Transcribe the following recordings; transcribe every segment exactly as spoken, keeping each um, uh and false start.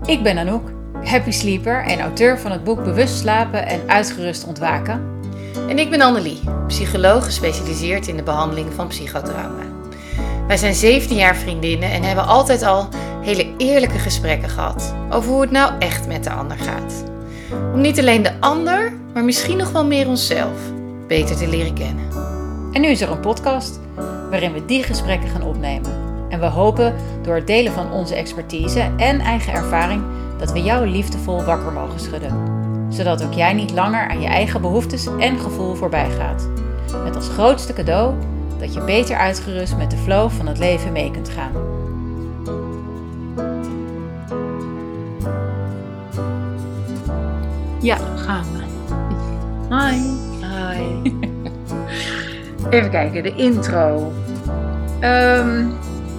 Ik ben Anouk, happy sleeper en auteur van het boek Bewust slapen en uitgerust ontwaken. En ik ben Annelie, psycholoog gespecialiseerd in de behandeling van psychotrauma. Wij zijn zeventien jaar vriendinnen en hebben altijd al hele eerlijke gesprekken gehad over hoe het nou echt met de ander gaat. Om niet alleen de ander, maar misschien nog wel meer onszelf beter te leren kennen. En nu is er een podcast waarin we die gesprekken gaan opnemen. En we hopen door het delen van onze expertise en eigen ervaring dat we jou liefdevol wakker mogen schudden. Zodat ook jij niet langer aan je eigen behoeftes en gevoel voorbij gaat. Met als grootste cadeau dat je beter uitgerust met de flow van het leven mee kunt gaan. Ja, gaan we. Hi. Hi. Even kijken, de intro. Um,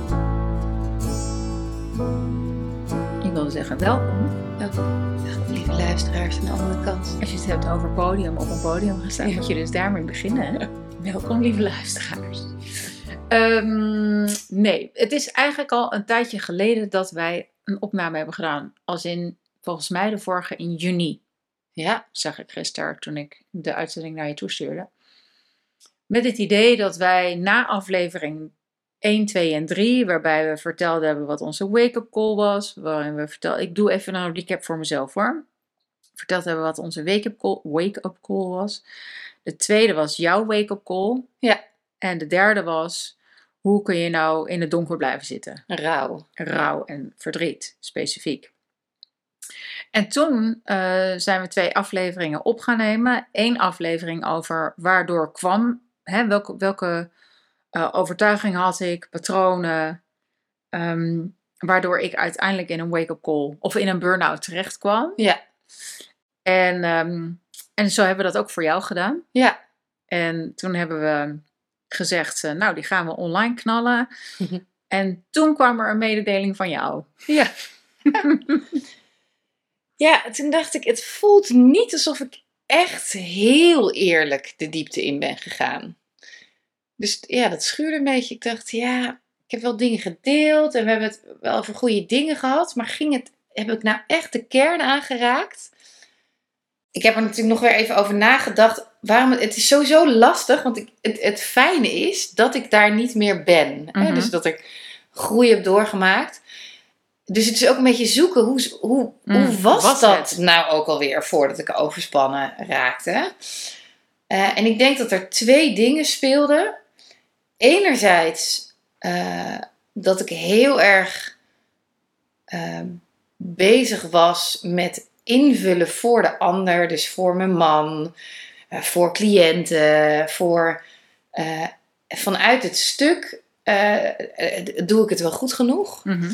ik wilde zeggen welkom. Welkom, lieve luisteraars aan de andere kant. Als je het hebt over podium, op een podium gaan staan, ja. Moet je dus daarmee beginnen. Hè? Welkom, lieve luisteraars. Um, nee, het is eigenlijk al een tijdje geleden dat wij een opname hebben gedaan. Als in, volgens mij de vorige in juni. Ja, zag ik gisteren toen ik de uitzending naar je toestuurde. Met het idee dat wij na aflevering één, twee en drie, waarbij we verteld hebben wat onze wake-up call was. Waarin we vertel, ik doe even een recap voor mezelf hoor. Verteld hebben wat onze wake-up call, wake-up call was. De tweede was jouw wake-up call. Ja. En de derde was, hoe kun je nou in het donker blijven zitten? Rouw. Rouw en verdriet, specifiek. En toen uh, zijn we twee afleveringen op gaan nemen. Eén aflevering over waardoor kwam, hè, welke, welke uh, overtuiging had ik, patronen, um, waardoor ik uiteindelijk in een wake-up call of in een burn-out terecht kwam. Ja. En, um, en zo hebben we dat ook voor jou gedaan. Ja. En toen hebben we gezegd, uh, nou die gaan we online knallen. En toen kwam er een mededeling van jou. Ja. Ja, toen dacht ik, het voelt niet alsof ik echt heel eerlijk de diepte in ben gegaan. Dus ja, dat schuurde een beetje. Ik dacht, ja, ik heb wel dingen gedeeld en we hebben het wel over goede dingen gehad. Maar ging het, heb ik nou echt de kern aangeraakt? Ik heb er natuurlijk nog weer even over nagedacht. Waarom, het is sowieso lastig, want ik, het, het fijne is dat ik daar niet meer ben. Mm-hmm. Hè? Dus dat ik groei heb doorgemaakt. Dus het is ook een beetje zoeken, hoe, hoe, mm, hoe was, was dat het? nou ook alweer voordat ik overspannen raakte. Uh, en ik denk dat er twee dingen speelden. Enerzijds uh, dat ik heel erg uh, bezig was met invullen voor de ander. Dus voor mijn man, uh, voor cliënten, voor uh, vanuit het stuk uh, doe ik het wel goed genoeg. Mm-hmm.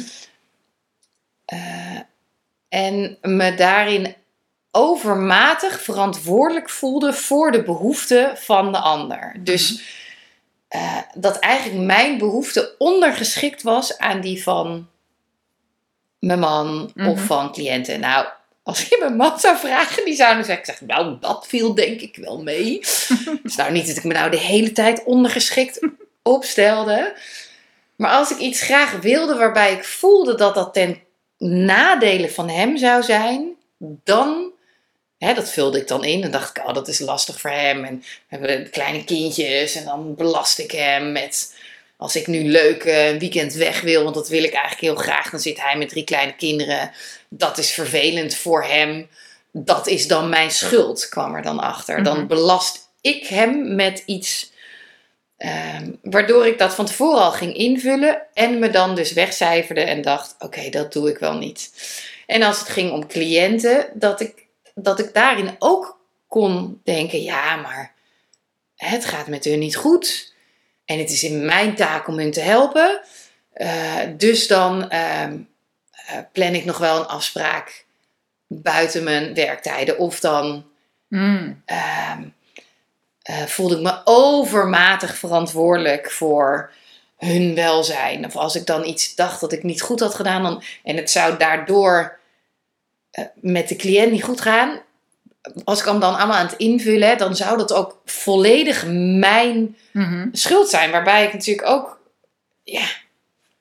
Uh, en me daarin overmatig verantwoordelijk voelde voor de behoeften van de ander. Dus uh, dat eigenlijk mijn behoefte ondergeschikt was aan die van mijn man mm-hmm. of van cliënten. Nou, als je mijn man zou vragen, die zou dan zeggen, zeg, nou, dat viel denk ik wel mee. Dus nou niet dat ik me nou de hele tijd ondergeschikt opstelde. Maar als ik iets graag wilde waarbij ik voelde dat dat ten nadelen van hem zou zijn, dan, hè, dat vulde ik dan in. Dan dacht ik, oh, dat is lastig voor hem. En we hebben kleine kindjes en dan belast ik hem met, als ik nu leuk uh, een weekend weg wil, want dat wil ik eigenlijk heel graag, dan zit hij met drie kleine kinderen. Dat is vervelend voor hem. Dat is dan mijn schuld, kwam er dan achter. Dan mm-hmm. belast ik hem met iets, Um, waardoor ik dat van tevoren al ging invullen en me dan dus wegcijferde en dacht, oké, okay, dat doe ik wel niet. En als het ging om cliënten, dat ik, dat ik daarin ook kon denken, ja, maar het gaat met hun niet goed. En het is in mijn taak om hun te helpen. Uh, dus dan uh, uh, plan ik nog wel een afspraak buiten mijn werktijden. Of dan Mm. Uh, Uh, voelde ik me overmatig verantwoordelijk voor hun welzijn. Of als ik dan iets dacht dat ik niet goed had gedaan, dan, en het zou daardoor uh, met de cliënt niet goed gaan, als ik hem dan allemaal aan het invullen, dan zou dat ook volledig mijn mm-hmm. schuld zijn. Waarbij ik natuurlijk ook, ja,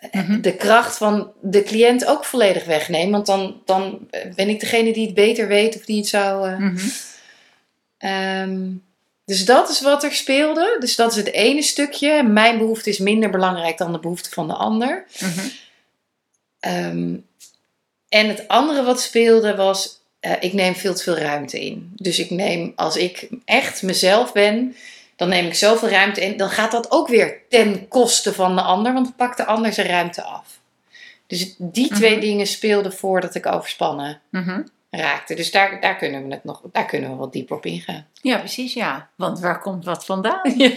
mm-hmm. de kracht van de cliënt ook volledig wegneem. Want dan, dan ben ik degene die het beter weet of die het zou... Uh, mm-hmm. um, dus dat is wat er speelde. Dus dat is het ene stukje. Mijn behoefte is minder belangrijk dan de behoefte van de ander. Mm-hmm. Um, en het andere wat speelde was... Uh, ik neem veel te veel ruimte in. Dus ik neem, als ik echt mezelf ben... dan neem ik zoveel ruimte in. Dan gaat dat ook weer ten koste van de ander. Want dan pakt de ander zijn ruimte af. Dus die twee mm-hmm. dingen speelden voordat ik overspannen mm-hmm. raakte. Dus daar, daar, kunnen we het nog, daar kunnen we wat dieper op ingaan. Ja, precies, ja. Want waar komt wat vandaan? Ja.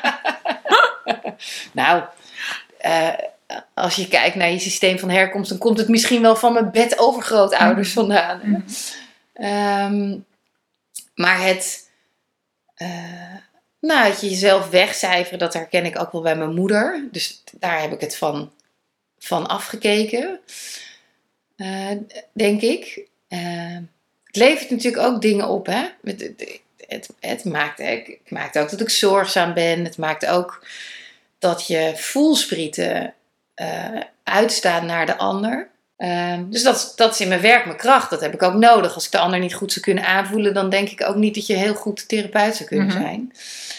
nou, uh, als je kijkt naar je systeem van herkomst... dan komt het misschien wel van mijn bedovergrootouders mm-hmm. vandaan. Mm-hmm. Um, maar het... Uh, nou, het je jezelf wegcijferen, dat herken ik ook wel bij mijn moeder. Dus daar heb ik het van, van afgekeken. Uh, denk ik. Uh, het levert natuurlijk ook dingen op, hè. Het, het, het, het, maakt, het maakt ook dat ik zorgzaam ben. Het maakt ook dat je voelsprieten uh, uitstaan naar de ander. Uh, dus dat, dat is in mijn werk mijn kracht. Dat heb ik ook nodig. Als ik de ander niet goed zou kunnen aanvoelen... dan denk ik ook niet dat je heel goed therapeut zou kunnen mm-hmm. zijn.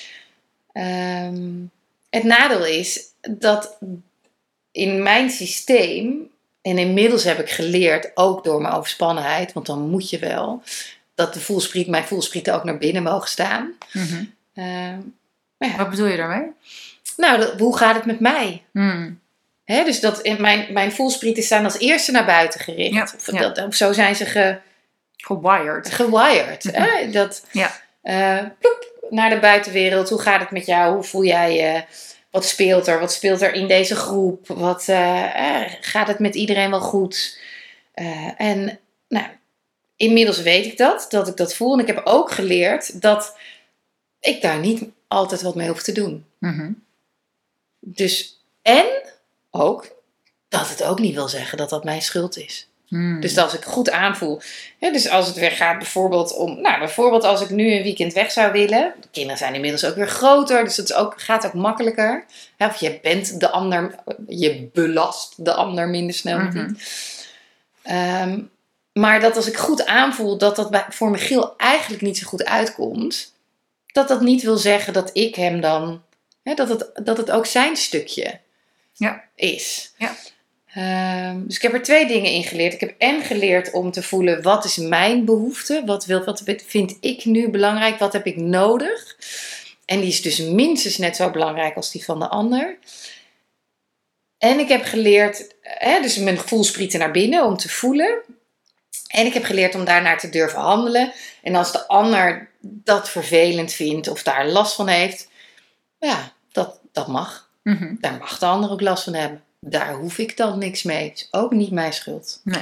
Um, het nadeel is dat in mijn systeem... en inmiddels heb ik geleerd, ook door mijn overspannenheid... want dan moet je wel... dat de voelspriet, mijn voelsprieten ook naar binnen mogen staan. Mm-hmm. Uh, maar ja. Wat bedoel je daarmee? Nou, dat, hoe gaat het met mij? Mm. He, dus dat in mijn, mijn voelsprieten staan als eerste naar buiten gericht. Ja, of, ja. dat, of zo zijn ze ge, gewired. Gewired. He? Dat, ja. uh, ploep, naar de buitenwereld. Hoe gaat het met jou? Hoe voel jij je? Wat speelt er? Wat speelt er in deze groep? Wat, uh, uh, gaat het met iedereen wel goed? Uh, en nou, inmiddels weet ik dat. Dat ik dat voel. En ik heb ook geleerd dat ik daar niet altijd wat mee hoef te doen. Mm-hmm. Dus, en... ook dat het ook niet wil zeggen dat dat mijn schuld is. Hmm. Dus als ik goed aanvoel. Hè, dus als het weer gaat bijvoorbeeld om... Nou, bijvoorbeeld als ik nu een weekend weg zou willen. De kinderen zijn inmiddels ook weer groter. Dus het is ook, gaat ook makkelijker. Hè, of je bent de ander... Je belast de ander minder snel. Mm-hmm. Um, maar dat als ik goed aanvoel dat dat bij, voor Michiel eigenlijk niet zo goed uitkomt. Dat dat niet wil zeggen dat ik hem dan... Hè, dat, het, dat het ook zijn stukje... Ja. is. Ja. Um, dus ik heb er twee dingen in geleerd. Ik heb en geleerd om te voelen, wat is mijn behoefte? Wat, wil, wat vind ik nu belangrijk? Wat heb ik nodig? En die is dus minstens net zo belangrijk als die van de ander. En ik heb geleerd, hè, dus mijn voelsprieten naar binnen om te voelen. En ik heb geleerd om daarnaar te durven handelen. En als de ander dat vervelend vindt of daar last van heeft, ja, dat, dat mag. Mm-hmm. Daar mag de ander ook last van hebben. Daar hoef ik dan niks mee. Het is ook niet mijn schuld. Nee.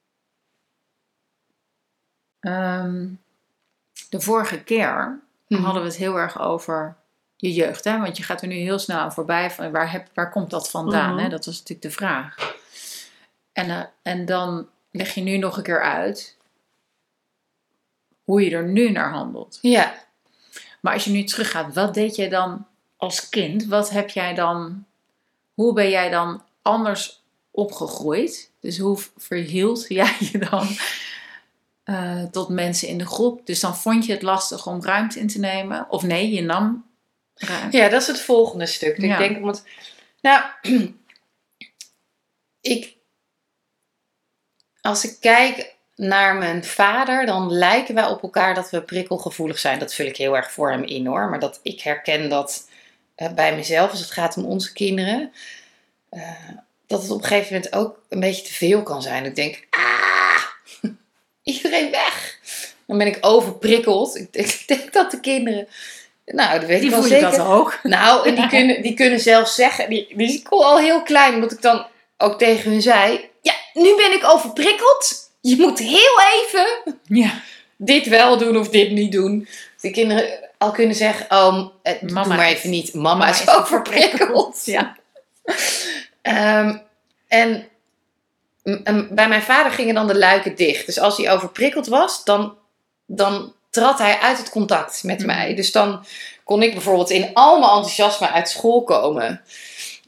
Um, de vorige keer hmm. hadden we het heel erg over je jeugd. Hè? Want je gaat er nu heel snel aan voorbij. Van waar, heb, waar komt dat vandaan? Mm-hmm. Hè? Dat was natuurlijk de vraag. En, uh, en dan leg je nu nog een keer uit hoe je er nu naar handelt. Ja. Maar als je nu teruggaat, wat deed jij dan als kind? Wat heb jij dan... Hoe ben jij dan anders opgegroeid? Dus hoe verhield jij je dan uh, tot mensen in de groep? Dus dan vond je het lastig om ruimte in te nemen? Of nee, je nam ruimte? Ja, dat is het volgende stuk. Ja. Ik denk, want, nou, ik, als ik kijk naar mijn vader, dan lijken wij op elkaar dat we prikkelgevoelig zijn. Dat vul ik heel erg voor hem in, hoor. Maar dat ik herken dat uh, bij mezelf, als het gaat om onze kinderen, uh, dat het op een gegeven moment ook een beetje te veel kan zijn. Ik denk, ah, iedereen weg. Dan ben ik overprikkeld. Ik denk, ik denk dat de kinderen, nou, dat weet die ik wel zeker. zeker. Dat ook. Nou, en die kunnen, die kunnen zelfs zeggen, die, die is al heel klein, omdat ik dan ook tegen hun zei, ja, nu ben ik overprikkeld. Je moet heel even ja. dit wel doen of dit niet doen. De kinderen al kunnen zeggen, oh, eh, mama doe maar is, even niet. Mama, mama is, is overprikkeld. Ja. um, en um, bij mijn vader gingen dan de luiken dicht. Dus als hij overprikkeld was, dan, dan trad hij uit het contact met mm. mij. Dus dan kon ik bijvoorbeeld in al mijn enthousiasme uit school komen.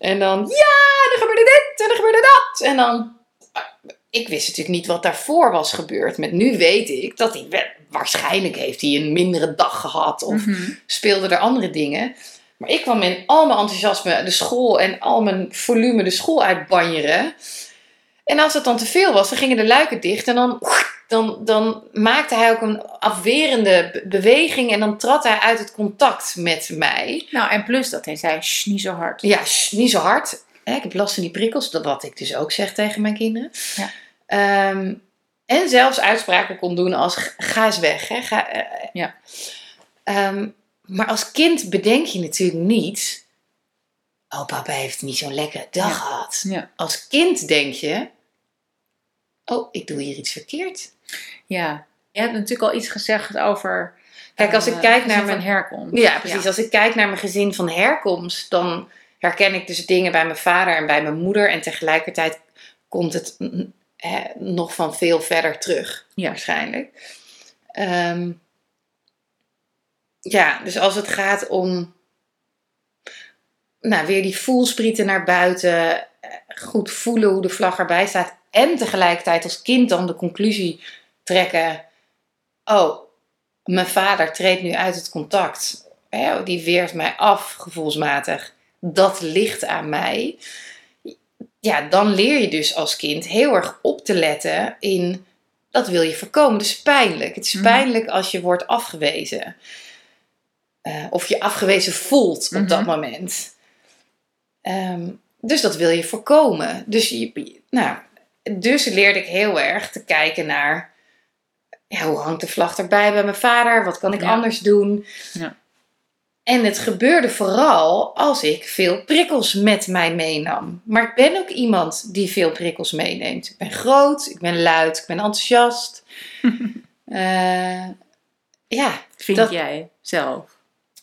En dan, ja, er gebeurde dit en er gebeurde dat. En dan, ik wist natuurlijk niet wat daarvoor was gebeurd. Met nu weet ik dat hij, waarschijnlijk heeft hij een mindere dag gehad. Of Mm-hmm. speelden er andere dingen. Maar ik kwam in al mijn enthousiasme de school en al mijn volume de school uitbanjeren. En als het dan te veel was, dan gingen de luiken dicht. En dan, dan, dan maakte hij ook een afwerende be- beweging. En dan trad hij uit het contact met mij. Nou, en plus dat hij zei, "Shh, niet zo hard." Ja, sh, niet zo hard. Ik heb last van die prikkels. Dat wat ik dus ook zeg tegen mijn kinderen. Ja. Um, en zelfs uitspraken kon doen als, ga eens weg. Hè? Ga, uh, Ja. Um, maar als kind bedenk je natuurlijk niet... Oh, papa heeft niet zo'n lekkere dag Ja. gehad. Ja. Als kind denk je... Oh, ik doe hier iets verkeerd. Ja. Je hebt natuurlijk al iets gezegd over... Kijk, als ik uh, kijk gezin naar mijn... van herkomst. Ja, precies. Ja. Als ik kijk naar mijn gezin van herkomst... dan herken ik dus dingen bij mijn vader en bij mijn moeder... en tegelijkertijd komt het hè, nog van veel verder terug. Ja. Waarschijnlijk. Um, ja, dus als het gaat om... Nou, weer die voelsprieten naar buiten. Goed voelen hoe de vlag erbij staat. En tegelijkertijd als kind dan de conclusie trekken. Oh, mijn vader treedt nu uit het contact. Die weert mij af, gevoelsmatig. Dat ligt aan mij. Ja, dan leer je dus als kind heel erg op te letten in... Dat wil je voorkomen. Dat is pijnlijk. Het is pijnlijk als je wordt afgewezen. Uh, of je afgewezen voelt op mm-hmm. dat moment. Um, dus dat wil je voorkomen. Dus, je, nou, dus leerde ik heel erg te kijken naar... Ja, hoe hangt de vlag erbij bij mijn vader? Wat kan ik ja. anders doen? Ja. En het gebeurde vooral als ik veel prikkels met mij meenam. Maar ik ben ook iemand die veel prikkels meeneemt. Ik ben groot, ik ben luid, ik ben enthousiast. uh, ja, Vind dat, jij zelf?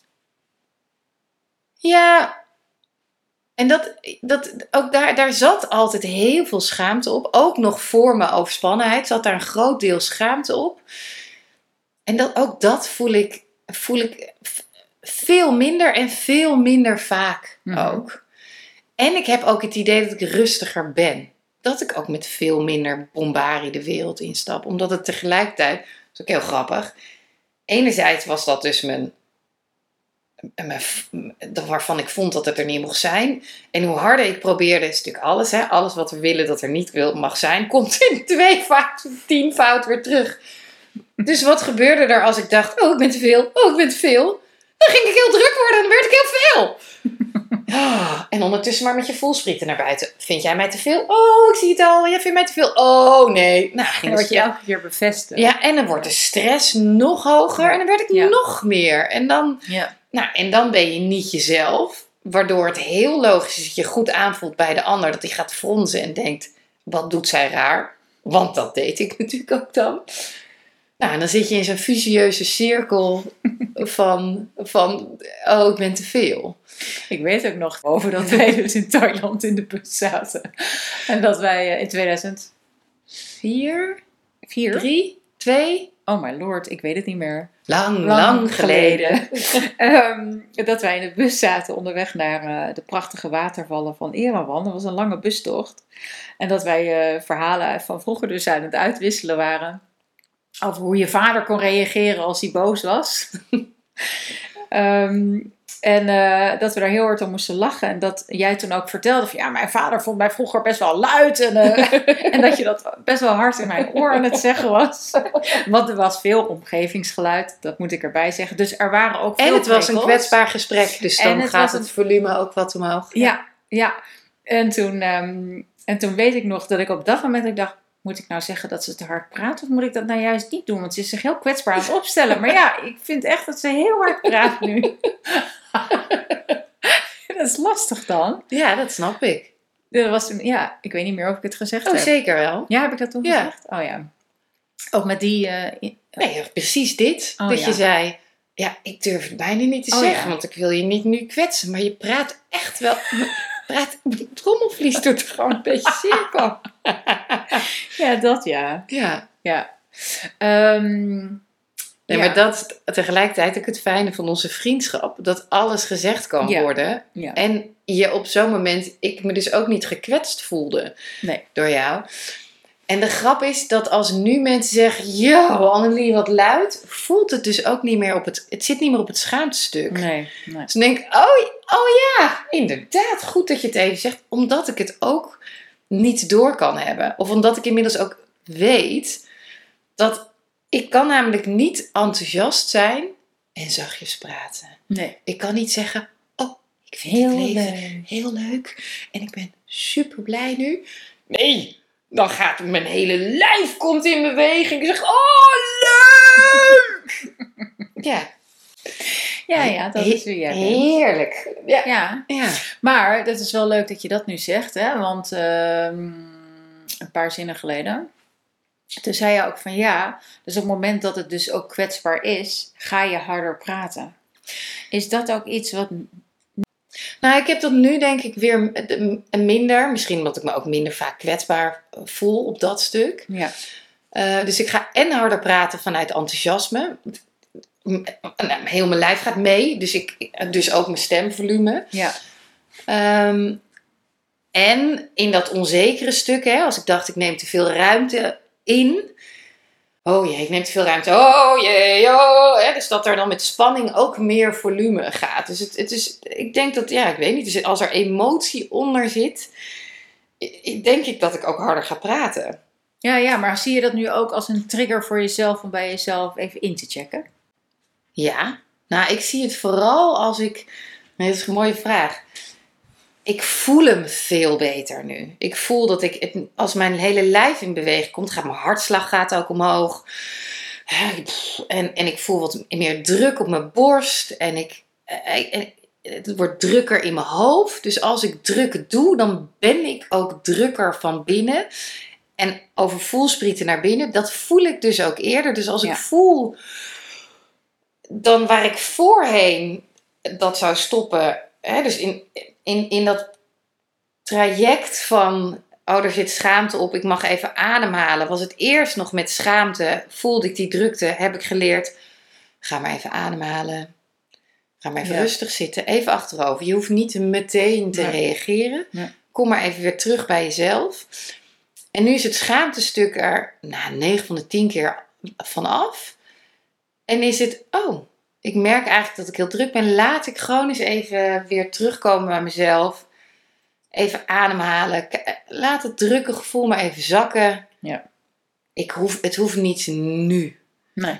Ja... En dat, dat, ook daar, daar zat altijd heel veel schaamte op. Ook nog voor mijn overspannenheid zat daar een groot deel schaamte op. En dat, ook dat voel ik, voel ik veel minder en veel minder vaak mm-hmm. ook. En ik heb ook het idee dat ik rustiger ben. Dat ik ook met veel minder bombarie de wereld instap. Omdat het tegelijkertijd, dat is ook heel grappig. Enerzijds was dat dus mijn... waarvan ik vond dat het er niet mocht zijn. En hoe harder ik probeerde, is natuurlijk alles. Hè? Alles wat we willen dat er niet wil, mag zijn, komt in twee fout, tien fout weer terug. Dus wat gebeurde er als ik dacht, oh, ik ben te veel, oh, ik ben te veel. Dan ging ik heel druk worden en dan werd ik heel veel. Oh, en ondertussen maar met je voelsprieten naar buiten. Vind jij mij te veel? Oh, ik zie het al. Jij vindt mij te veel. Oh, nee. Nou, en dan word je elke keer bevestigd. Ja, en dan wordt de stress nog hoger. Ja. En dan werd ik ja. nog meer. En dan... Ja. Nou, en dan ben je niet jezelf, waardoor het heel logisch is dat je goed aanvoelt bij de ander, dat hij gaat fronsen en denkt, wat doet zij raar? Want dat deed ik natuurlijk ook dan. Nou, en dan zit je in zo'n visieuze cirkel van, van, oh, ik ben te veel. Ik weet ook nog over dat wij dus in Thailand in de bus zaten. En dat wij in tweeduizend vier, vier, drie, twee... Oh my lord, ik weet het niet meer. Lang, lang, lang geleden. geleden. um, dat wij in de bus zaten onderweg naar uh, de prachtige watervallen van Erawan. Dat was een lange bustocht. En dat wij uh, verhalen van vroeger dus aan het uitwisselen waren. Over hoe je vader kon reageren als hij boos was. um, En uh, dat we daar heel hard om moesten lachen. En dat jij toen ook vertelde van... Ja, mijn vader vond mij vroeger best wel luid. En, uh, en dat je dat best wel hard in mijn oor aan het zeggen was. Want er was veel omgevingsgeluid. Dat moet ik erbij zeggen. Dus er waren ook veel En het prikkels. was een kwetsbaar gesprek. Dus dan het gaat het een... volume ook wat omhoog. Ja, ja. ja. En, toen, um, en toen weet ik nog dat ik op dat moment... Ik dacht, moet ik nou zeggen dat ze te hard praat? Of moet ik dat nou juist niet doen? Want ze is zich heel kwetsbaar aan het opstellen. Maar ja, ik vind echt dat ze heel hard praat nu. Dat is lastig dan. Ja, dat snap ik. Dat was toen, ja, ik weet niet meer of ik het gezegd oh, heb. Oh, zeker wel. Ja, heb ik dat toen ja. gezegd? Oh ja. Ook met die... Uh, in, uh, nee, precies dit. oh, dat ja. je zei... Ja, ik durf het bijna niet te oh, zeggen. Ja. Want ik wil je niet nu kwetsen. Maar je praat echt wel... praat, trommelvlies doet gewoon een beetje cirkel. Ja, dat ja. Ja. Ja. Um, Nee, Ja. maar dat is tegelijkertijd ook het fijne van onze vriendschap. Dat alles gezegd kan Ja. worden. Ja. En je op zo'n moment, ik me dus ook niet gekwetst voelde Nee. door jou. En de grap is dat als nu mensen zeggen, yo, Annelie, wat luid, voelt het dus ook niet meer op het, het zit niet meer op het schaamtestuk. Nee. nee. Dus dan denk ik, oh, oh ja, inderdaad, goed dat je het even zegt. Omdat ik het ook niet door kan hebben. Of omdat ik inmiddels ook weet dat ik kan namelijk niet enthousiast zijn en zachtjes praten. Nee. Ik kan niet zeggen, oh, ik vind Heel het leven leuk. heel leuk en ik ben super blij nu. Nee, dan gaat mijn hele lijf komt in beweging. Ik zeg, oh, leuk! Ja. Ja, ja, dat is wie jij bent. Heerlijk. Ja. Ja, Ja. maar dat is wel leuk dat je dat nu zegt, hè? Want ehm, een paar zinnen geleden, toen zei je ook van ja, dus op het moment dat het dus ook kwetsbaar is, ga je harder praten. Is dat ook iets wat... Nou, ik heb dat nu denk ik weer minder. Misschien omdat ik me ook minder vaak kwetsbaar voel op dat stuk. Ja, Uh, dus ik ga en harder praten vanuit enthousiasme. Heel mijn lijf gaat mee. Dus, ik, dus ook mijn stemvolume. ja, Um, en in dat onzekere stuk, hè, als ik dacht ik neem te veel ruimte in. Oh jee, ik neem te veel ruimte. Oh jee, oh. Hè, dus dat er dan met spanning ook meer volume gaat. Dus het, het is, ik denk dat, ja, ik weet niet. Dus als er emotie onder zit, denk ik dat ik ook harder ga praten. ja, ja, maar zie je dat nu ook als een trigger voor jezelf om bij jezelf even in te checken? Ja, nou ik zie het vooral als ik... Nee, dat is een mooie vraag. Ik voel hem veel beter nu. Ik voel dat ik, het, als mijn hele lijf in beweging komt, gaat mijn hartslag gaat ook omhoog. En, en ik voel wat meer druk op mijn borst. En, ik, en het wordt drukker in mijn hoofd. Dus als ik druk doe, dan ben ik ook drukker van binnen. En over voelsprieten naar binnen, dat voel ik dus ook eerder. Dus als Ja. ik voel, dan waar ik voorheen dat zou stoppen... Hè, dus in, in, in dat traject van, oh, er zit schaamte op, ik mag even ademhalen. Was het eerst nog met schaamte, voelde ik die drukte, heb ik geleerd, ga maar even ademhalen. Ga maar even Ja. rustig zitten, even achterover. Je hoeft niet meteen te Nee. reageren. Nee. Kom maar even weer terug bij jezelf. En nu is het schaamtestuk er, nou, negen van de tien keer vanaf. En is het, oh... Ik merk eigenlijk dat ik heel druk ben. Laat ik gewoon eens even weer terugkomen bij mezelf. Even ademhalen. Laat het drukke gevoel maar even zakken. Ja. Ik hoef, het hoeft niet nu. Nee,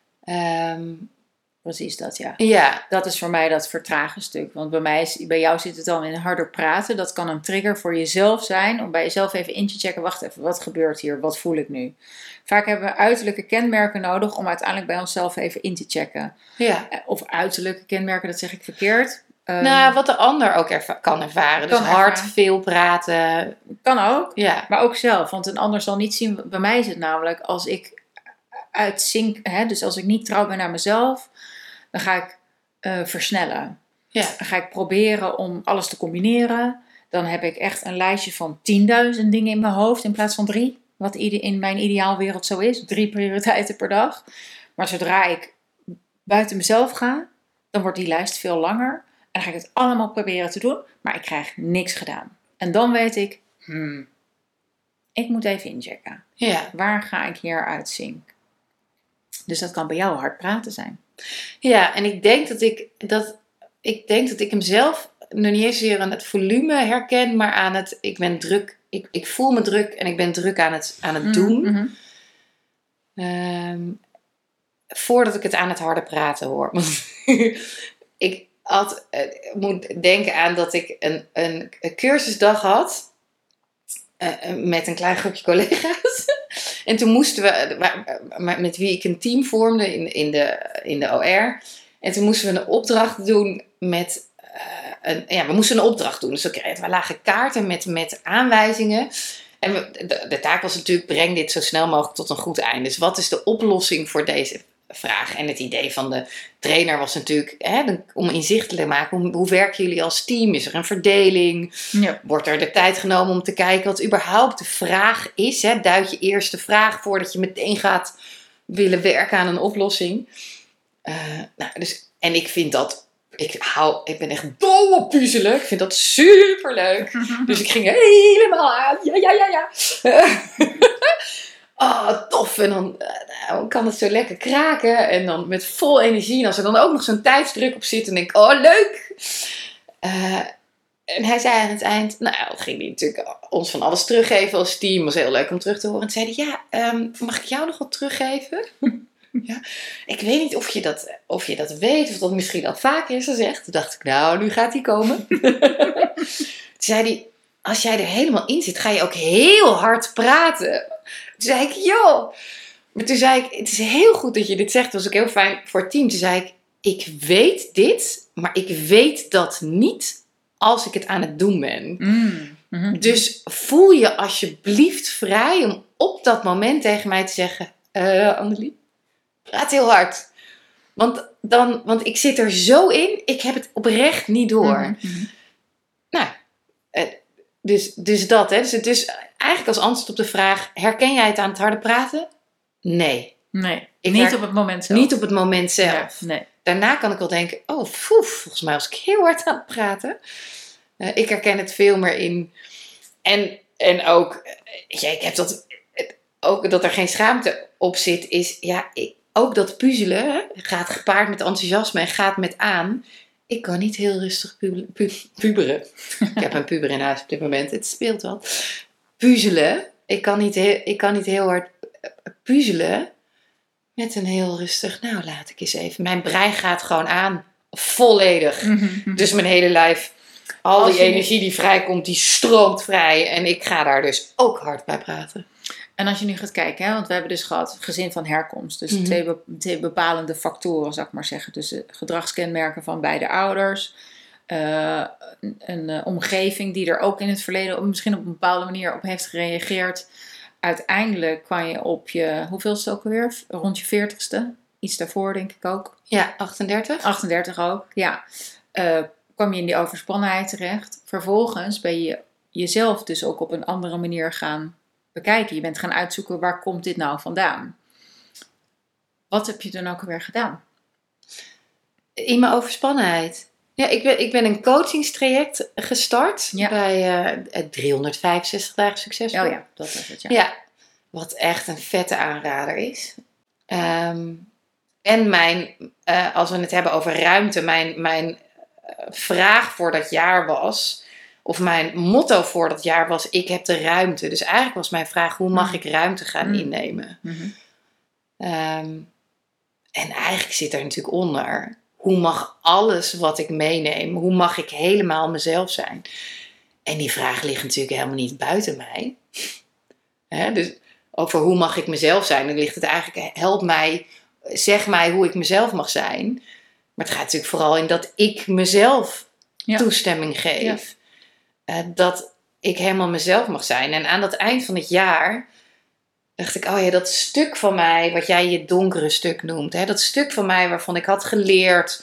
Um, precies dat, ja. ja, Dat is voor mij dat vertragen stuk. Want bij, mij is, bij jou zit het dan in harder praten. Dat kan een trigger voor jezelf zijn. Om bij jezelf even in te checken. Wacht even, wat gebeurt hier? Wat voel ik nu? Vaak hebben we uiterlijke kenmerken nodig om uiteindelijk bij onszelf even in te checken. ja. Of uiterlijke kenmerken, dat zeg ik verkeerd. Um, Nou, wat de ander ook erva- kan ervaren. Dus Kan hard, ervaren. veel praten. Kan ook. Ja, Maar ook zelf. Want een ander zal niet zien. Bij mij is het namelijk als ik uitzink. Hè, dus als ik niet trouw ben naar mezelf. Dan ga ik uh, versnellen. ja, Dan ga ik proberen om alles te combineren. Dan heb ik echt een lijstje van tienduizend dingen in mijn hoofd in plaats van drie. Wat in mijn ideaalwereld zo is. Drie prioriteiten per dag. Maar zodra ik buiten mezelf ga, dan wordt die lijst veel langer. En dan ga ik het allemaal proberen te doen. Maar ik krijg niks gedaan. En dan weet ik, hmm, ik moet even inchecken. ja. Waar ga ik hier uitzinken? Dus dat kan bij jou hard praten zijn. Ja, en ik denk dat ik, dat, ik denk dat ik hem zelf nog niet eens zozeer aan het volume herken, maar aan het, ik ben druk, ik, ik voel me druk en ik ben druk aan het, aan het doen. Mm-hmm. Um, voordat ik het aan het harde praten hoor. Want ik had, uh, moet denken aan dat ik een, een, een cursusdag had. Uh, met een klein groepje collega's. En toen moesten we, uh, met wie ik een team vormde in, in, de, in de O R. En toen moesten we een opdracht doen met... Uh, een, ja, we moesten een opdracht doen. Dus we, kregen, we lagen kaarten met, met aanwijzingen. En we, de, de taak was natuurlijk, breng dit zo snel mogelijk tot een goed einde. Dus wat is de oplossing voor deze vraag? En het idee van de trainer was natuurlijk, hè, om inzichtelijk te maken, hoe, hoe werken jullie als team? Is er een verdeling? Ja. Wordt er de tijd genomen om te kijken wat überhaupt de vraag is? Hè? Duid je eerst de vraag voordat je meteen gaat willen werken aan een oplossing. Uh, nou, dus, en ik vind dat, ik, hou, ik ben echt dol op puzzelen. Ik vind dat superleuk. Dus ik ging helemaal aan. Ja, ja, ja, ja. Oh, tof. En dan, dan kan het zo lekker kraken. En dan met vol energie. En als er dan ook nog zo'n tijdsdruk op zit. Dan denk ik, oh, leuk. Uh, en hij zei aan het eind. Nou, dan ging hij natuurlijk ons van alles teruggeven als team. Was heel leuk om terug te horen. En zei hij, ja, um, mag ik jou nog wat teruggeven? Ja. Ik weet niet of je, dat, of je dat weet. Of dat misschien al vaker is gezegd. Toen dacht ik, nou, nu gaat hij komen. Toen zei hij, als jij er helemaal in zit, ga je ook heel hard praten. Toen zei ik, joh. Maar toen zei ik, het is heel goed dat je dit zegt. Dat was ook heel fijn voor het team. Toen zei ik, ik weet dit, maar ik weet dat niet als ik het aan het doen ben. Mm. Mm-hmm. Dus voel je alsjeblieft vrij om op dat moment tegen mij te zeggen, uh, Annelie, praat heel hard. Want, dan, want ik zit er zo in, ik heb het oprecht niet door. Mm-hmm. Nou, uh, dus, dus dat. Hè. Dus, dus eigenlijk als antwoord op de vraag, herken jij het aan het harde praten? Nee. Nee, ik niet her- op het moment zelf. Niet op het moment zelf. Ja, nee. Daarna kan ik wel denken, oh, foef, volgens mij was ik heel hard aan het praten. Uh, ik herken het veel meer in. En, en ook, ja, ik heb dat, ook dat er geen schaamte op zit, is, ja, ik, ook dat puzzelen hè, gaat gepaard met enthousiasme en gaat met aan. Ik kan niet heel rustig pu- pu- puberen. Ik heb een puber in huis op dit moment, het speelt wel. Puzzelen, ik kan niet heel, ik kan niet heel hard puzzelen met een heel rustig, nou laat ik eens even. Mijn brein gaat gewoon aan, volledig. Mm-hmm. Dus mijn hele lijf, al Als die je energie die vrijkomt, die stroomt vrij. En ik ga daar dus ook hard bij praten. En als je nu gaat kijken, hè, want we hebben dus gehad gezin van herkomst. Dus Mhm. twee, be- twee bepalende factoren, zou ik maar zeggen. Dus de gedragskenmerken van beide ouders. Uh, een, een uh, omgeving die er ook in het verleden op, misschien op een bepaalde manier op heeft gereageerd. Uiteindelijk kwam je op je, hoeveelste ook alweer? Rond je veertigste. Iets daarvoor denk ik ook. Ja, achtendertig. achtendertig ook, ja. Uh, kwam je in die overspannenheid terecht. Vervolgens ben je jezelf dus ook op een andere manier gaan bekijken. Je bent gaan uitzoeken, waar komt dit nou vandaan? Wat heb je dan ook alweer gedaan? In mijn overspannenheid. Ja, ik ben, ik ben een coachingstraject gestart Ja. bij uh, driehonderdvijfenzestig dagen succesvol. Oh ja, dat was het, ja. Ja, wat echt een vette aanrader is. Um, en mijn, uh, als we het hebben over ruimte, mijn, mijn uh, vraag voor dat jaar was, of mijn motto voor dat jaar was, ik heb de ruimte. Dus eigenlijk was mijn vraag, hoe mag ik ruimte gaan Mm. innemen? Mm-hmm. Um, en eigenlijk zit er natuurlijk onder, hoe mag alles wat ik meeneem, hoe mag ik helemaal mezelf zijn? En die vraag ligt natuurlijk helemaal niet buiten mij. Hè? Dus over hoe mag ik mezelf zijn, dan ligt het eigenlijk, help mij, zeg mij hoe ik mezelf mag zijn. Maar het gaat natuurlijk vooral in dat ik mezelf Ja. toestemming geef. Ja. Uh, dat ik helemaal mezelf mag zijn. En aan het eind van het jaar dacht ik, oh ja, dat stuk van mij, wat jij je donkere stuk noemt. Hè, dat stuk van mij waarvan ik had geleerd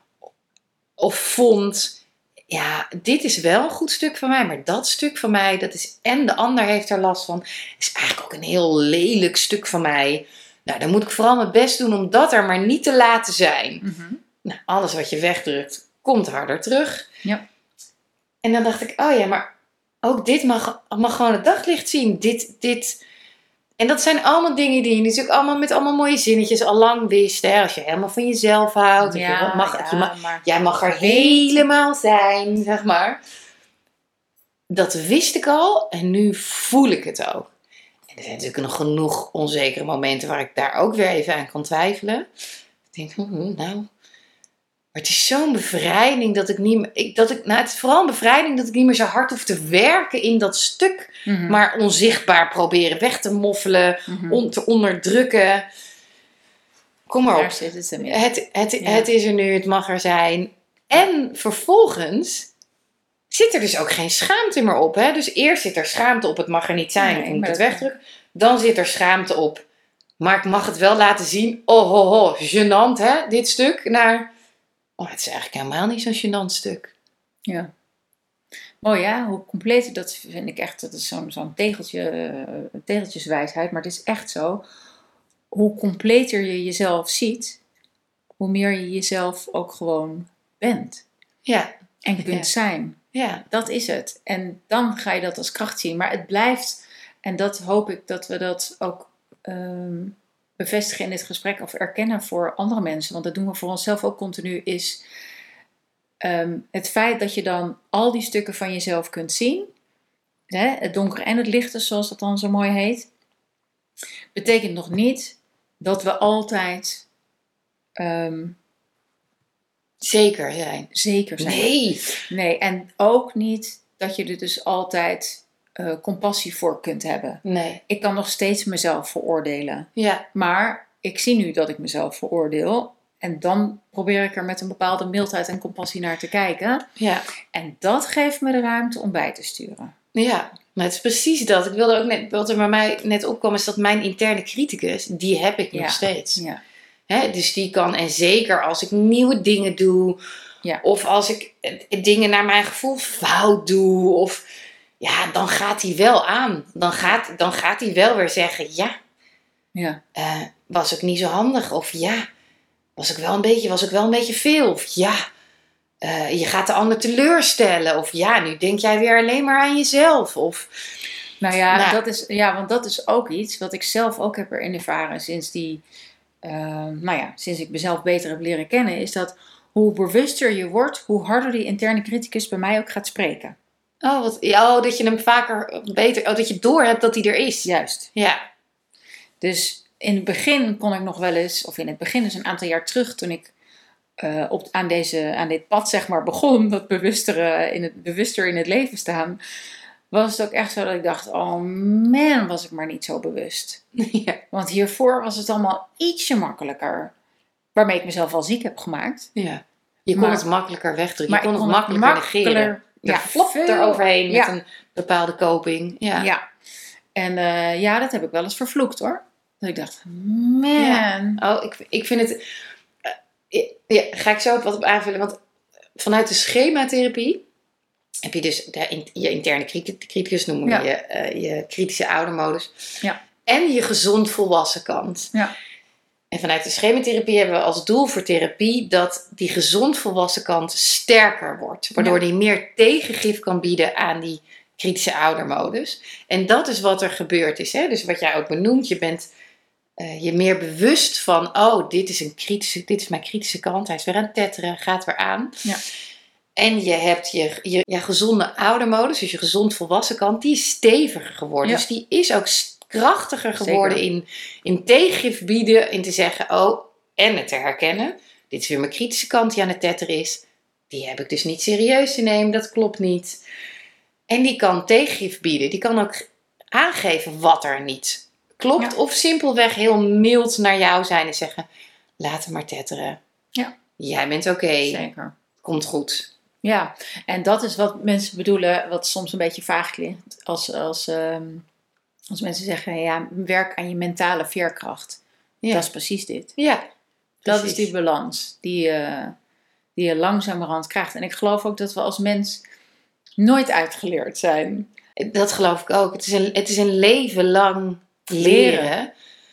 of vond, ja, dit is wel een goed stuk van mij. Maar dat stuk van mij, dat is, en de ander heeft er last van, is eigenlijk ook een heel lelijk stuk van mij. Nou, dan moet ik vooral mijn best doen om dat er maar niet te laten zijn. Mm-hmm. Nou, alles wat je wegdrukt, komt harder terug. Ja. En dan dacht ik, oh ja, maar ook dit mag, mag gewoon het daglicht zien. Dit, dit. En dat zijn allemaal dingen die je natuurlijk allemaal met allemaal mooie zinnetjes al lang wist. Hè? Als je helemaal van jezelf houdt. Ja, je mag, ja, je mag, maar jij mag er helemaal zijn, zeg maar. Dat wist ik al en nu voel ik het ook. En er zijn natuurlijk nog genoeg onzekere momenten waar ik daar ook weer even aan kan twijfelen. Ik denk, hm, nou... Maar het is zo'n bevrijding dat ik niet meer... Ik, dat ik, nou, het is vooral een bevrijding dat ik niet meer zo hard hoef te werken in dat stuk. Mm-hmm. Maar onzichtbaar proberen weg te moffelen, Mm-hmm. on, te onderdrukken. Kom maar op. Daar zit het hem in. Het, het, Ja. het is er nu, het mag er zijn. En vervolgens zit er dus ook geen schaamte meer op. Hè? Dus eerst zit er schaamte op, het mag er niet zijn, Nee, ik moet maar het dat- wegdrukken. Dan zit er schaamte op, maar ik mag het wel laten zien. Oh, ho, ho, gênant hè, dit stuk. Naar, oh, het is eigenlijk helemaal niet zo'n gênant stuk. Ja. Mooi ja, hoe compleet, dat vind ik echt, dat is zo'n, zo'n tegeltje, uh, tegeltjeswijsheid, maar het is echt zo. hoe completer je jezelf ziet, hoe meer je jezelf ook gewoon bent. Ja. En kunt Ja. zijn. Ja. Dat is het. En dan ga je dat als kracht zien. Maar het blijft, en dat hoop ik dat we dat ook um, bevestigen in dit gesprek of erkennen voor andere mensen. Want dat doen we voor onszelf ook continu, is um, het feit dat je dan al die stukken van jezelf kunt zien. Hè, het donkere en het lichte, zoals dat dan zo mooi heet. Betekent nog niet dat we altijd um, zeker zijn. Zeker zijn. Nee. Nee, en ook niet dat je er dus altijd uh, compassie voor kunt hebben. Nee. Ik kan nog steeds mezelf veroordelen. Ja. Maar ik zie nu dat ik mezelf veroordeel. En dan probeer ik er met een bepaalde mildheid en compassie naar te kijken. Ja. En dat geeft me de ruimte om bij te sturen. Ja, maar het is precies dat. Ik wilde ook net, wat er bij mij net opkwam, is dat mijn interne criticus, die heb ik nog ja. steeds. Ja. Hè, dus die kan, en zeker als ik nieuwe dingen doe, ja. of als ik dingen naar mijn gevoel fout doe, of ja, dan gaat hij wel aan. Dan gaat, dan gaat hij wel weer zeggen, ja, ja. Uh, was ik niet zo handig, of ja, was ik wel een beetje, was ik wel een beetje veel, of ja, uh, je gaat de ander teleurstellen, of ja, nu denk jij weer alleen maar aan jezelf, of... Nou ja, nou, dat is, ja, want dat is ook iets wat ik zelf ook heb erin ervaren sinds die... Uh, nou ja, sinds ik mezelf beter heb leren kennen, is dat hoe bewuster je wordt, hoe harder die interne criticus bij mij ook gaat spreken. Oh, wat, oh dat je hem vaker beter, oh, dat je doorhebt dat hij er is. Juist. Ja. Dus in het begin kon ik nog wel eens, of in het begin, dus een aantal jaar terug, toen ik uh, op, aan, deze, aan dit pad zeg maar begon, dat bewustere, in het, bewuster in het leven staan, was het ook echt zo dat ik dacht, oh man, was ik maar niet zo bewust. Ja. Want hiervoor was het allemaal ietsje makkelijker. Waarmee ik mezelf al ziek heb gemaakt. Ja. Je kon maar, het makkelijker wegdrukken. Je kon, kon het makkelijker makkelijker, negeren. Er ja, flop veel, eroverheen ja. met een bepaalde coping. Ja. ja. En uh, ja, dat heb ik wel eens vervloekt hoor. Dat ik dacht, man. Ja. Oh, ik, ik vind het... Uh, ja, ga ik zo wat op aanvullen. Want vanuit de schematherapie heb je dus de, je interne criticus, noemen we ja. je, uh, je kritische oudermodus. Ja. En je gezond volwassen kant. Ja. En vanuit de schematherapie hebben we als doel voor therapie dat die gezond volwassen kant sterker wordt. Waardoor ja. die meer tegengif kan bieden aan die kritische oudermodus. En dat is wat er gebeurd is. Hè? Dus wat jij ook benoemt, je bent uh, je meer bewust van, oh, dit is, een kritische, dit is mijn kritische kant. Hij is weer aan het tetteren, gaat weer aan. Ja. En je hebt je, je, je gezonde oudermodus, dus je gezond volwassen kant, die is steviger geworden. Ja. Dus die is ook krachtiger geworden in, in tegengif bieden, in te zeggen, oh, en het te herkennen. Dit is weer mijn kritische kant die aan het tetteren is. Die heb ik dus niet serieus te nemen, dat klopt niet. En die kan tegengif bieden. Die kan ook aangeven wat er niet klopt. Ja. Of simpelweg heel mild naar jou zijn en zeggen, laat hem maar tetteren. Ja. Jij bent oké. Okay. Zeker. Komt goed. Ja, en dat is wat mensen bedoelen, wat soms een beetje vaag klinkt. Als, als, um, als mensen zeggen, ja, werk aan je mentale veerkracht. Ja. Dat is precies dit. Ja. Dat precies. is die balans die, uh, die je langzamerhand krijgt. En ik geloof ook dat we als mens nooit uitgeleerd zijn. Dat geloof ik ook. Het is een, het is een leven lang leren. leren.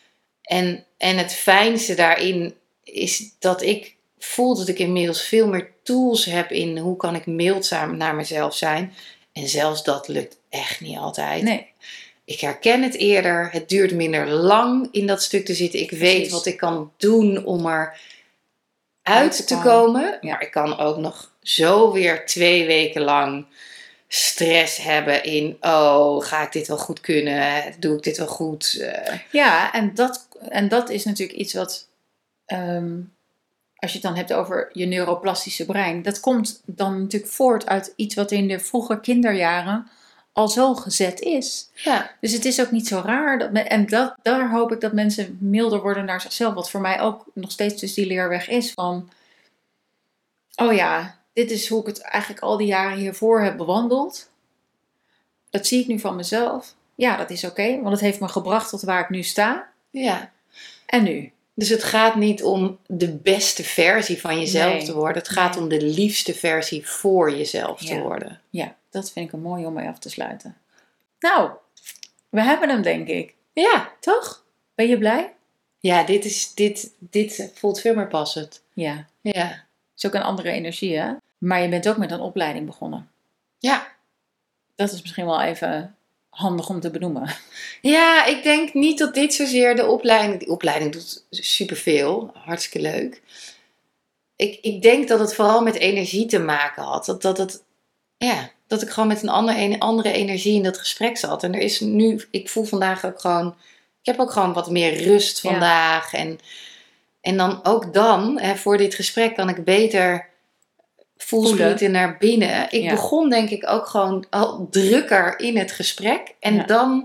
En, en het fijnste daarin is dat ik voel dat ik inmiddels veel meer tools heb in hoe kan ik mildzaam naar mezelf zijn. En zelfs dat lukt echt niet altijd. Nee. Ik herken het eerder. Het duurt minder lang in dat stuk te zitten. Ik Precies. weet wat ik kan doen om er uit te komen. Ja. Maar ik kan ook nog zo weer twee weken lang stress hebben in, oh, ga ik dit wel goed kunnen? Doe ik dit wel goed? Uh. Ja, en dat, en dat is natuurlijk iets wat, um, als je het dan hebt over je neuroplastische brein, dat komt dan natuurlijk voort uit iets wat in de vroege kinderjaren al zo gezet is. Ja. Dus het is ook niet zo raar. Dat men, en dat, daar hoop ik dat mensen milder worden naar zichzelf. Wat voor mij ook nog steeds dus die leerweg is van, oh ja, dit is hoe ik het eigenlijk al die jaren hiervoor heb bewandeld. Dat zie ik nu van mezelf. Ja, dat is oké, okay, want het heeft me gebracht tot waar ik nu sta. Ja. En nu? Dus het gaat niet om de beste versie van jezelf nee. te worden. Het gaat nee. om de liefste versie voor jezelf ja. te worden. Ja, dat vind ik een mooi om mee af te sluiten. Nou, we hebben hem denk ik. Ja. Toch? Ben je blij? Ja, dit, is, dit, dit voelt veel meer passend. Ja. Ja. Het is ook een andere energie, hè? Maar je bent ook met een opleiding begonnen. Ja. Dat is misschien wel even handig om te benoemen. Ja, ik denk niet dat dit zozeer de opleiding... Die opleiding doet superveel. Hartstikke leuk. Ik, ik denk dat het vooral met energie te maken had. Dat, dat, het, ja, dat ik gewoon met een andere, een andere energie in dat gesprek zat. En er is nu... Ik voel vandaag ook gewoon... Ik heb ook gewoon wat meer rust vandaag. Ja. En, en dan ook dan, hè, voor dit gesprek, kan ik beter voelsprieten naar binnen. Ik ja. begon denk ik ook gewoon al drukker in het gesprek. En ja. dan...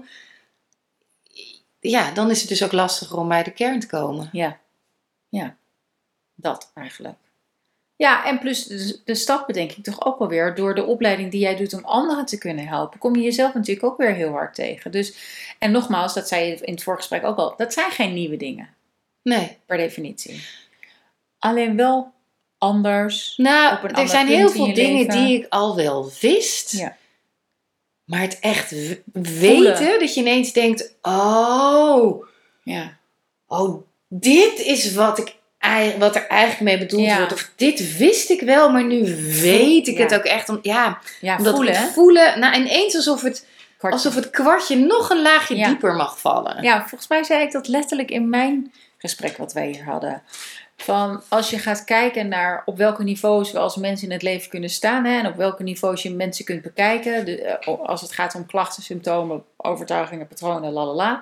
Ja, dan is het dus ook lastiger om bij de kern te komen. Ja, ja. Dat eigenlijk. Ja, en plus de, de stappen denk ik toch ook wel weer door de opleiding die jij doet om anderen te kunnen helpen, kom je jezelf natuurlijk ook weer heel hard tegen. Dus, en nogmaals, dat zei je in het voorgesprek ook al, dat zijn geen nieuwe dingen. Nee. Per definitie. Alleen wel anders. Nou, op een er zijn heel veel dingen leven. Die ik al wel wist. Ja. Maar het echt w- weten, Voelen. Dat je ineens denkt, oh, ja. oh, dit is wat ik wat er eigenlijk mee bedoeld ja. wordt. Of dit wist ik wel, maar nu weet ik ja. het ook echt. Om, ja, ja, omdat voelen. Het voelen. Nou, ineens alsof het, alsof het kwartje nog een laagje ja. dieper mag vallen. Ja, volgens mij zei ik dat letterlijk in mijn gesprek wat wij hier hadden. Van als je gaat kijken naar op welke niveaus we als mensen in het leven kunnen staan. Hè, en op welke niveaus je mensen kunt bekijken. De, als het gaat om klachten, symptomen, overtuigingen, patronen, lalala.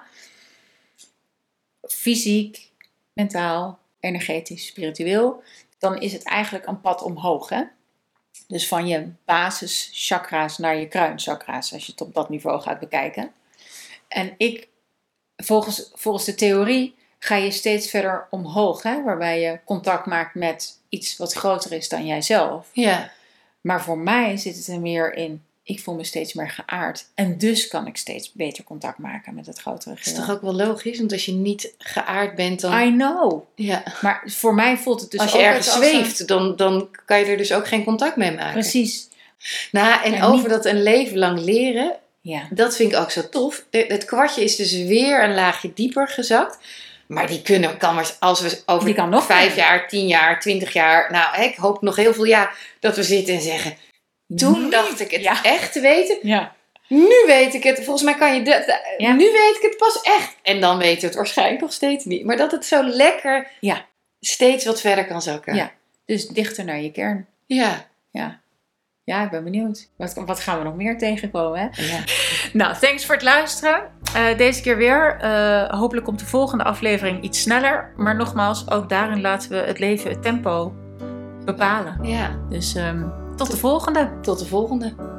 Fysiek, mentaal, energetisch, spiritueel, dan is het eigenlijk een pad omhoog. Hè? Dus van je basischakra's naar je kruinchakra's, als je het op dat niveau gaat bekijken. En ik, volgens, volgens de theorie, ga je steeds verder omhoog, hè? Waarbij je contact maakt met iets wat groter is dan jijzelf. Ja. Maar voor mij zit het er meer in, ik voel me steeds meer geaard. En dus kan ik steeds beter contact maken met het grotere geheel. Dat is toch ook wel logisch? Want als je niet geaard bent, dan... I know. Ja. Maar voor mij voelt het dus als je ook ergens als zweeft, een... dan, dan kan je er dus ook geen contact mee maken. Precies. Nou, en, en over niet... dat een leven lang leren, ja. dat vind ik ook zo tof. Het kwartje is dus weer een laagje dieper gezakt. Maar die kunnen, kan maar, als we over die kan nog vijf jaar, tien jaar, twintig jaar... Nou, ik hoop nog heel veel jaar dat we zitten en zeggen... Toen nee. dacht ik het ja. echt te weten. Ja. Nu weet ik het. Volgens mij kan je... De, de, ja. Nu weet ik het pas echt. En dan weten we het waarschijnlijk nog steeds niet. Maar dat het zo lekker ja. steeds wat verder kan zakken. Ja. Dus dichter naar je kern. Ja. Ja. Ja, ik ben benieuwd. Wat, wat gaan we nog meer tegenkomen, hè? Ja. Nou, thanks voor het luisteren. Uh, deze keer weer. Uh, hopelijk komt de volgende aflevering iets sneller. Maar nogmaals, ook daarin laten we het leven, het tempo bepalen. Ja. Dus um, tot de volgende. Tot de volgende.